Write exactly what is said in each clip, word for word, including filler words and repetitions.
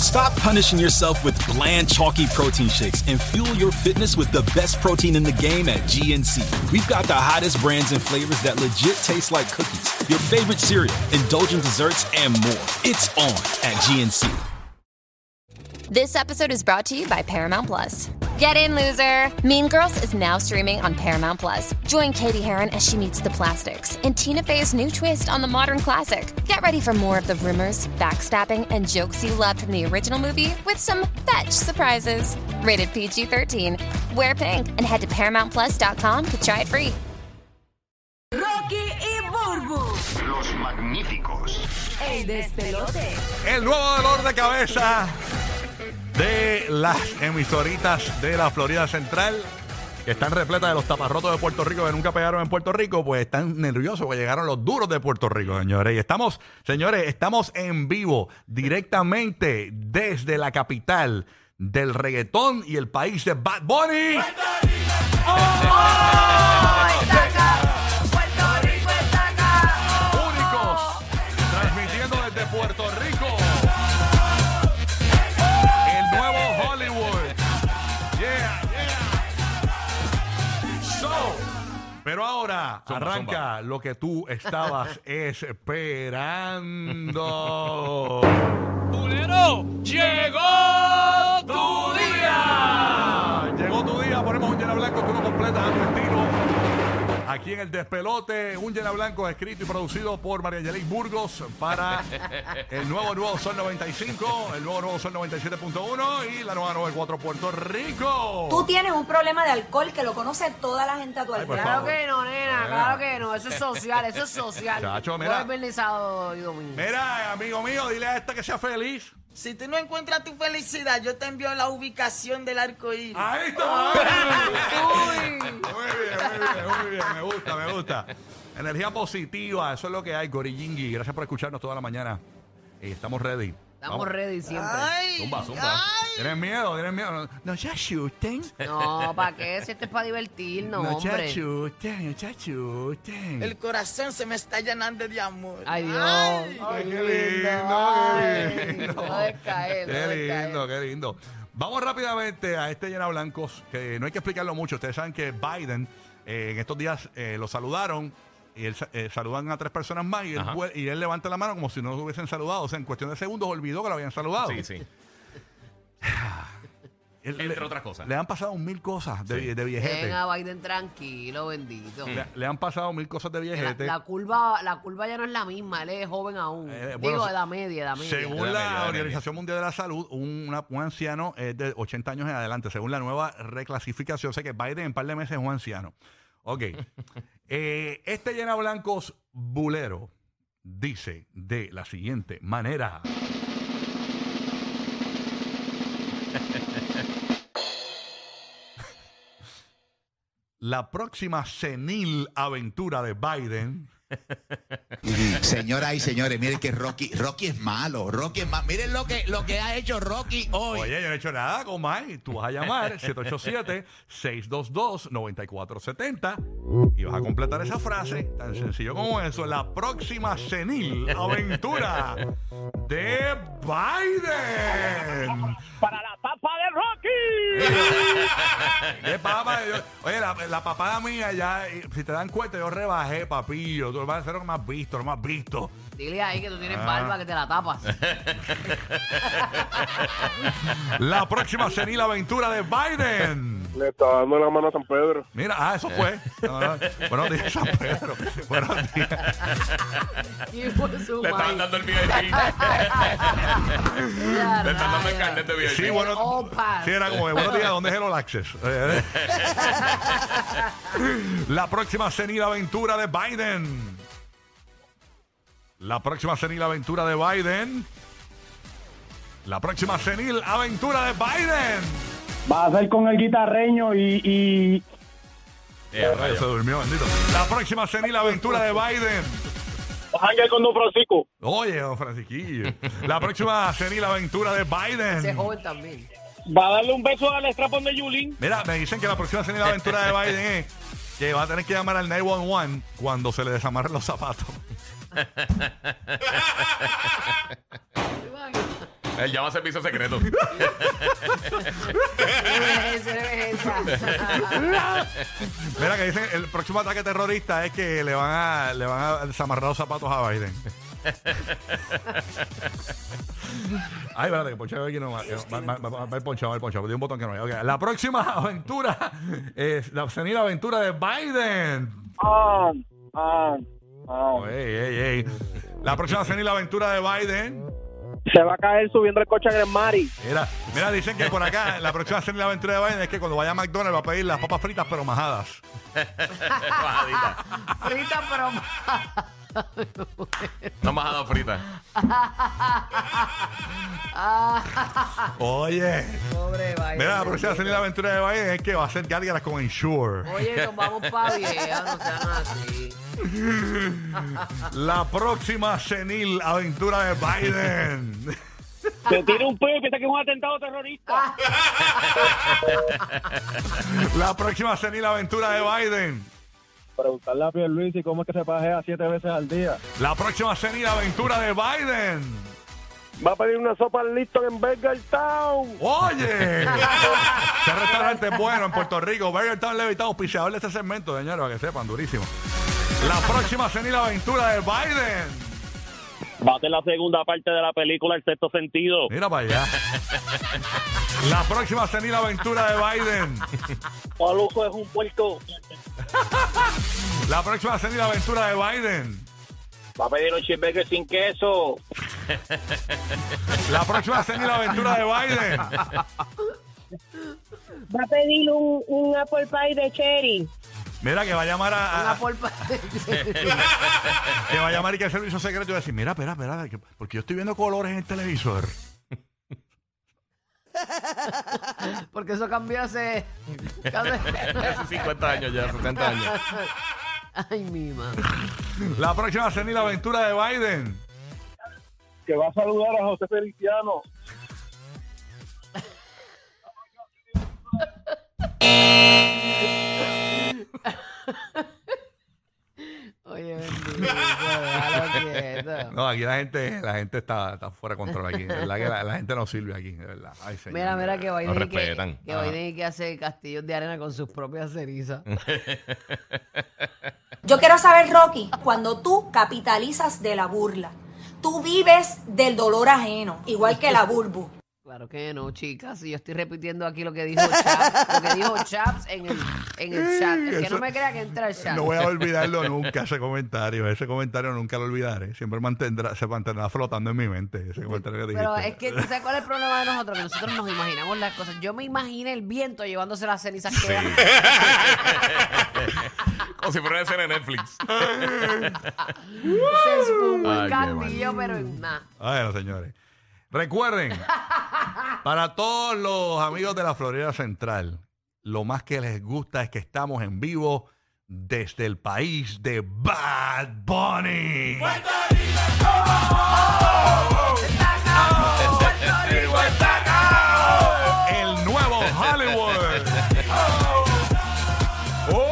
Stop punishing yourself with bland, chalky protein shakes and fuel your fitness with the best protein in the game at G N C. We've got the hottest brands and flavors that legit taste like cookies, your favorite cereal, indulgent desserts, and more. It's on at G N C. This episode is brought to you by Paramount Plus. Get in, loser! Mean Girls is now streaming on Paramount Plus. Join Katie Heron as she meets the plastics in Tina Fey's new twist on the modern classic. Get ready for more of the rumors, backstabbing, and jokes you loved from the original movie with some fetch surprises. Rated P G thirteen. Wear pink and head to paramount plus dot com to try it free. Rocky y Burbu. Los magníficos. El despelote. El nuevo dolor de cabeza de las emisoritas de la Florida Central, que están repletas de los taparrotos de Puerto Rico que nunca pegaron en Puerto Rico, pues están nerviosos porque llegaron los duros de Puerto Rico, señores. Y estamos, señores, estamos en vivo directamente desde la capital del reggaetón y el país de Bad Bunny. ¡Oh! ¡Oh! Está acá. Puerto Rico está acá. Únicos, transmitiendo desde Puerto Rico. Pero ahora Zumba, arranca zumba. lo que tú estabas esperando. ¡Bulero! ¡Llegó tu día! Llegó tu día, ponemos un llena blanco, tú no completas a tu estilo. Aquí en el despelote, un llena blanco escrito y producido por María Angelis Burgos para el nuevo Nuevo Sol noventa y cinco, el nuevo Nuevo Sol noventa y siete punto uno y la nueva noventa y cuatro Puerto Rico. Tú tienes un problema de alcohol que lo conoce toda la gente a tu Ay, por alrededor. favor. Claro que no, nena, claro que no. Eso es social, eso es social. Chacho, mira. Jueves, viernes, sábado y domingo. Mira, amigo mío, dile a esta que sea feliz. Si tú no encuentras tu felicidad, yo te envío la ubicación del arco iris. Ahí está. Uy. Muy bien, muy bien, muy bien. Me gusta, me gusta. Energía positiva, eso es lo que hay, Gorillingui. Gracias por escucharnos toda la mañana. Y estamos ready. Estamos Vamos. ready siempre. Ay, Zumba, zumba. ay. ¿Tienen miedo? ¿Tienen miedo? No, no se asusten. No, ¿para qué? Si esto es para divertirnos, No se hombre. asusten, no se asusten. El corazón se me está llenando de amor. Ay, Dios. Ay. Ay, qué lindo, Ay, qué lindo. no descae, no Qué descae. lindo, qué lindo. Vamos rápidamente a este llena blancos, que no hay que explicarlo mucho. Ustedes saben que Biden eh, en estos días eh, lo saludaron y él, eh, saludan a tres personas más y él, Ajá. fue- y él levanta la mano como si no lo hubiesen saludado. O sea, en cuestión de segundos olvidó que lo habían saludado. Sí, sí. Él- Entre le- otras cosas. Le han pasado mil cosas de, Sí. de viejete. Dejen a Biden tranquilo, bendito. Le, le han pasado mil cosas de La, viejete. la curva, la curva ya no es la misma, él es joven aún. Eh, bueno, Digo, edad media, edad media. Según Edad la media, edad Organización Mundial de la Salud, un, una- un anciano es de ochenta años en adelante. Según la nueva reclasificación, sé que Biden en un par de meses es un anciano. Ok. Eh, este llena blancos bulero dice de la siguiente manera. La próxima senil aventura de Biden. Señoras y señores, miren que Rocky, Rocky es malo, Rocky es malo. Miren lo que, lo que ha hecho Rocky hoy. Oye, yo no he hecho nada con Mike. Tú vas a llamar siete ocho siete, seis dos dos, nueve cuatro siete cero y vas a completar esa frase tan sencillo como eso. La próxima senil aventura de Biden. Para la papa de Rocky. ¿Qué papa? Yo- oye, la, la papada mía ya, y si te dan cuenta, yo rebajé, papillo. Tú vas a hacer lo que más visto, lo más visto. Dile ahí que tú tienes Ah. barba que te la tapas. La próxima senil aventura de Biden. Le está dando la mano a San Pedro. Mira, ah, eso fue. No, no. Buenos días, San Pedro. Buenos días. Y por su Le están madre. dando el V I P. Le están dando el carnet de V I P. Sí, bueno. Opa. Sí, era como de buenos días, ¿dónde es el All Access? Eh, La próxima senil aventura de Biden. La próxima senil aventura de Biden. La próxima senil aventura de Biden. Va a ser con el guitarreño y... y... Eh, Ay, se durmió, bendito. La próxima senil aventura de Biden. Jangue con Don Francisco. Oye, don Francisquillo. La próxima senil aventura de Ese Biden. joven también. Va a darle un beso al estrapón de Yulín. Mira, me dicen que la próxima senil aventura de Biden es que va a tener que llamar al nueve uno uno cuando se le desamarren los zapatos. Él llama a servicio secreto. Mira que dicen el próximo ataque terrorista es que le van a le van a desamarrar los zapatos a Biden. Ay, espérate, que ponchado aquí no va. Va, va, va, va el ponchado, va el ponchado. Tiene un botón que no hay. Okay. La próxima aventura es la senil aventura de Biden. Ah, ah, ah. Ey, ey, ey. La próxima senil aventura de Biden. Se va a caer subiendo el coche a Gran Mari. Mira, mira, dicen que por acá la próxima senil aventura de Biden es que cuando vaya a McDonald's va a pedir las papas fritas pero majadas. Majadita. Frita, pero majada. No majada frita. Oye. Pobre Biden. Mira, la próxima senil aventura de Biden es que va a hacer gárgaras con Ensure. Oye, nos vamos para vieja, no sean así. La próxima senil aventura de Biden. Se tira un peo y piensa que es un atentado terrorista. La próxima senil aventura de Biden. Preguntarle a Pierluisi cómo es que se pajea siete veces al día. La próxima senil aventura de Biden. Va a pedir una sopa al Liston en Burger Town. Oye, este restaurante es bueno en Puerto Rico. Burger Town Levitado, auspiciador de este segmento, señores, para que sepan, durísimo. La próxima senil aventura de Biden. Va a ser la segunda parte de la película El Sexto Sentido. Mira para allá. La próxima senil aventura de Biden. Paluco es un puerco. La próxima senil aventura de Biden. Va a pedir un cheeseburger sin queso. La próxima senil aventura de Biden. Va a pedir un, un apple pie de cherry. Mira, que va a llamar a... a Una polpa. que va a llamar y que el servicio secreto y va a decir, mira, espera, espera, que- porque yo estoy viendo colores en el televisor. Porque eso cambió hace. Hace cincuenta años ya, sesenta años. Ay, mi madre. La próxima senil aventura de Biden. Que va a saludar a José Feliciano. Oye, bendito, déjalo quieto. No, aquí la gente, la gente está, está fuera de control aquí. De verdad que la, la gente no sirve aquí, de verdad. Ay, señor. Mira, mira que Biden Nos y que, respetan. que Ajá. Biden y que hace castillos de arena con sus propias cerizas. Yo quiero saber, Rocky, cuando tú capitalizas de la burla, tú vives del dolor ajeno, igual que la Bulbu. Claro que no, chicas. Si yo estoy repitiendo aquí lo que dijo Chaps, lo que dijo Chaps en el, en el chat. El que Eso- no me crea que entra al chat. No voy a olvidarlo nunca, ese comentario. Ese comentario nunca lo olvidaré. Siempre mantendrá, se mantendrá flotando en mi mente. Ese comentario que Pero dijiste. es que, ¿tú sabes cuál es el problema de nosotros? Que nosotros nos imaginamos las cosas. Yo me imaginé el viento llevándose las cenizas que dan. Como si fuera una escena de Netflix. Se esfumó Ay, el qué candillo, pero en nada. Bueno, señores. Recuerden, para todos los amigos de la Florida Central, lo más que les gusta es que estamos en vivo desde el país de Bad Bunny. El nuevo Hollywood. Oh.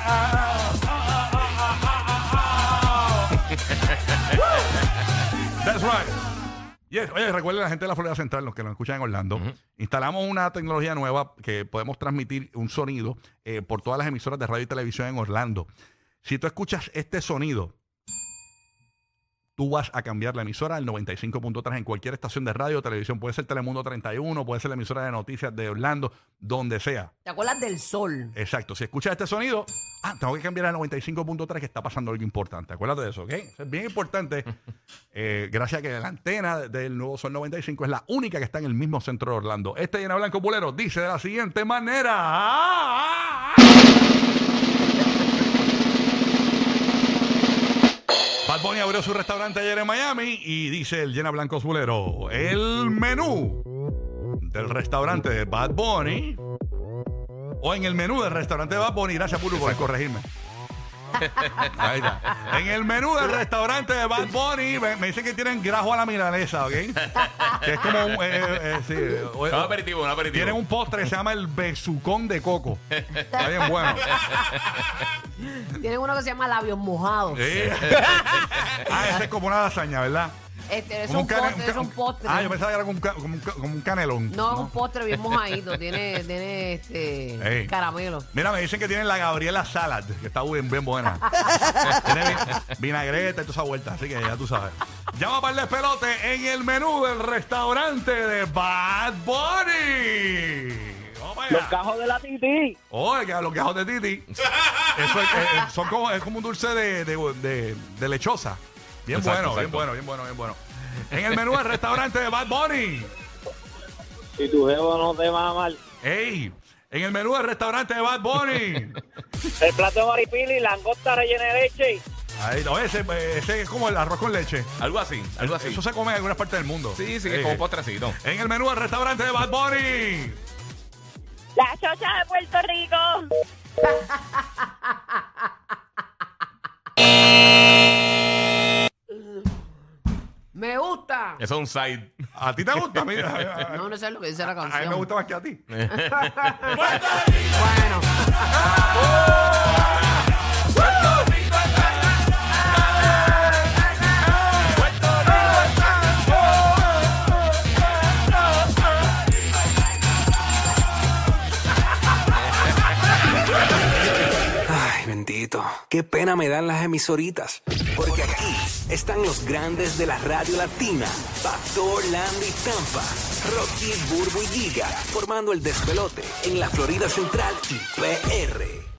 That's right. Yes. Oye, recuerden la gente de la Florida Central, los que nos escuchan en Orlando, Ujú. instalamos una tecnología nueva que podemos transmitir un sonido eh, por todas las emisoras de radio y televisión en Orlando. Si tú escuchas este sonido, tú vas a cambiar la emisora al noventa y cinco punto tres en cualquier estación de radio o televisión. Puede ser Telemundo treinta y uno, puede ser la emisora de noticias de Orlando, donde sea. ¿Te acuerdas del sol? Exacto. Si escuchas este sonido, ah, tengo que cambiar al noventa y cinco punto tres que está pasando algo importante. Acuérdate de eso, ¿ok? Eso es bien importante. eh, gracias a que la antena del nuevo Sol noventa y cinco es la única que está en el mismo centro de Orlando. Este Llena Blanco Bulero dice de la siguiente manera. ¡Ah, ah, ah! Bad Bunny abrió su restaurante ayer en Miami y dice el Llena Blancos Bulero, el menú del restaurante de Bad Bunny o en el menú del restaurante de Bad Bunny, gracias Puro por corregirme. Ahí está. En el menú del restaurante de Bad Bunny me, me dicen que tienen grajo a la milanesa, ¿ok? Que es como un... eh, eh, sí, o- Un aperitivo, un aperitivo. tienen un postre que se llama el besucón de coco. Está bien bueno. Tienen uno que se llama labios mojados. Sí. Ah, ese es como una lasaña, ¿verdad? Este, es Como un cane- postre, ca- es un postre. Ah, yo pensaba que era como un, ca- como un, ca- como un canelón. No, es un postre bien mojadito. Tiene, tiene este Ey. caramelo. Mira, me dicen que tienen la Gabriela Salad, que está bien, bien buena. Tiene vin- vinagreta y toda esa vuelta, así que ya tú sabes. Llama para el despelote en el menú del restaurante de Bad Bunny. Vamos para allá. Los cajos de la Titi. Oh, que los quejos de Titi. Eso es, eh, son como, es como un dulce de, de, de- de lechosa. Bien Exacto, bueno, bien exacto. bueno, bien bueno, bien bueno. En el menú del restaurante de Bad Bunny. Si tu jevo no te va mal. ¡Ey! En el menú del restaurante de Bad Bunny. El plato de maripili, langosta rellena de leche. Ahí, no, ese, ese es como el arroz con leche. Algo así, algo así. Eso se come en algunas partes del mundo. Sí, sí, Ey, es como ey. postrecito. En el menú del restaurante de Bad Bunny. La chocha de Puerto Rico. Me gusta. Eso es un side. ¿A ti te gusta? Mira, No, no sé lo que dice la a mí canción. me gusta más que a ti. Bueno. Ay, bendito. Qué pena me dan las emisoritas. Porque aquí están los grandes de la radio latina. Pastor, Landy, Tampa. Rocky, Burbu y Giga. Formando el despelote en la Florida Central y P R.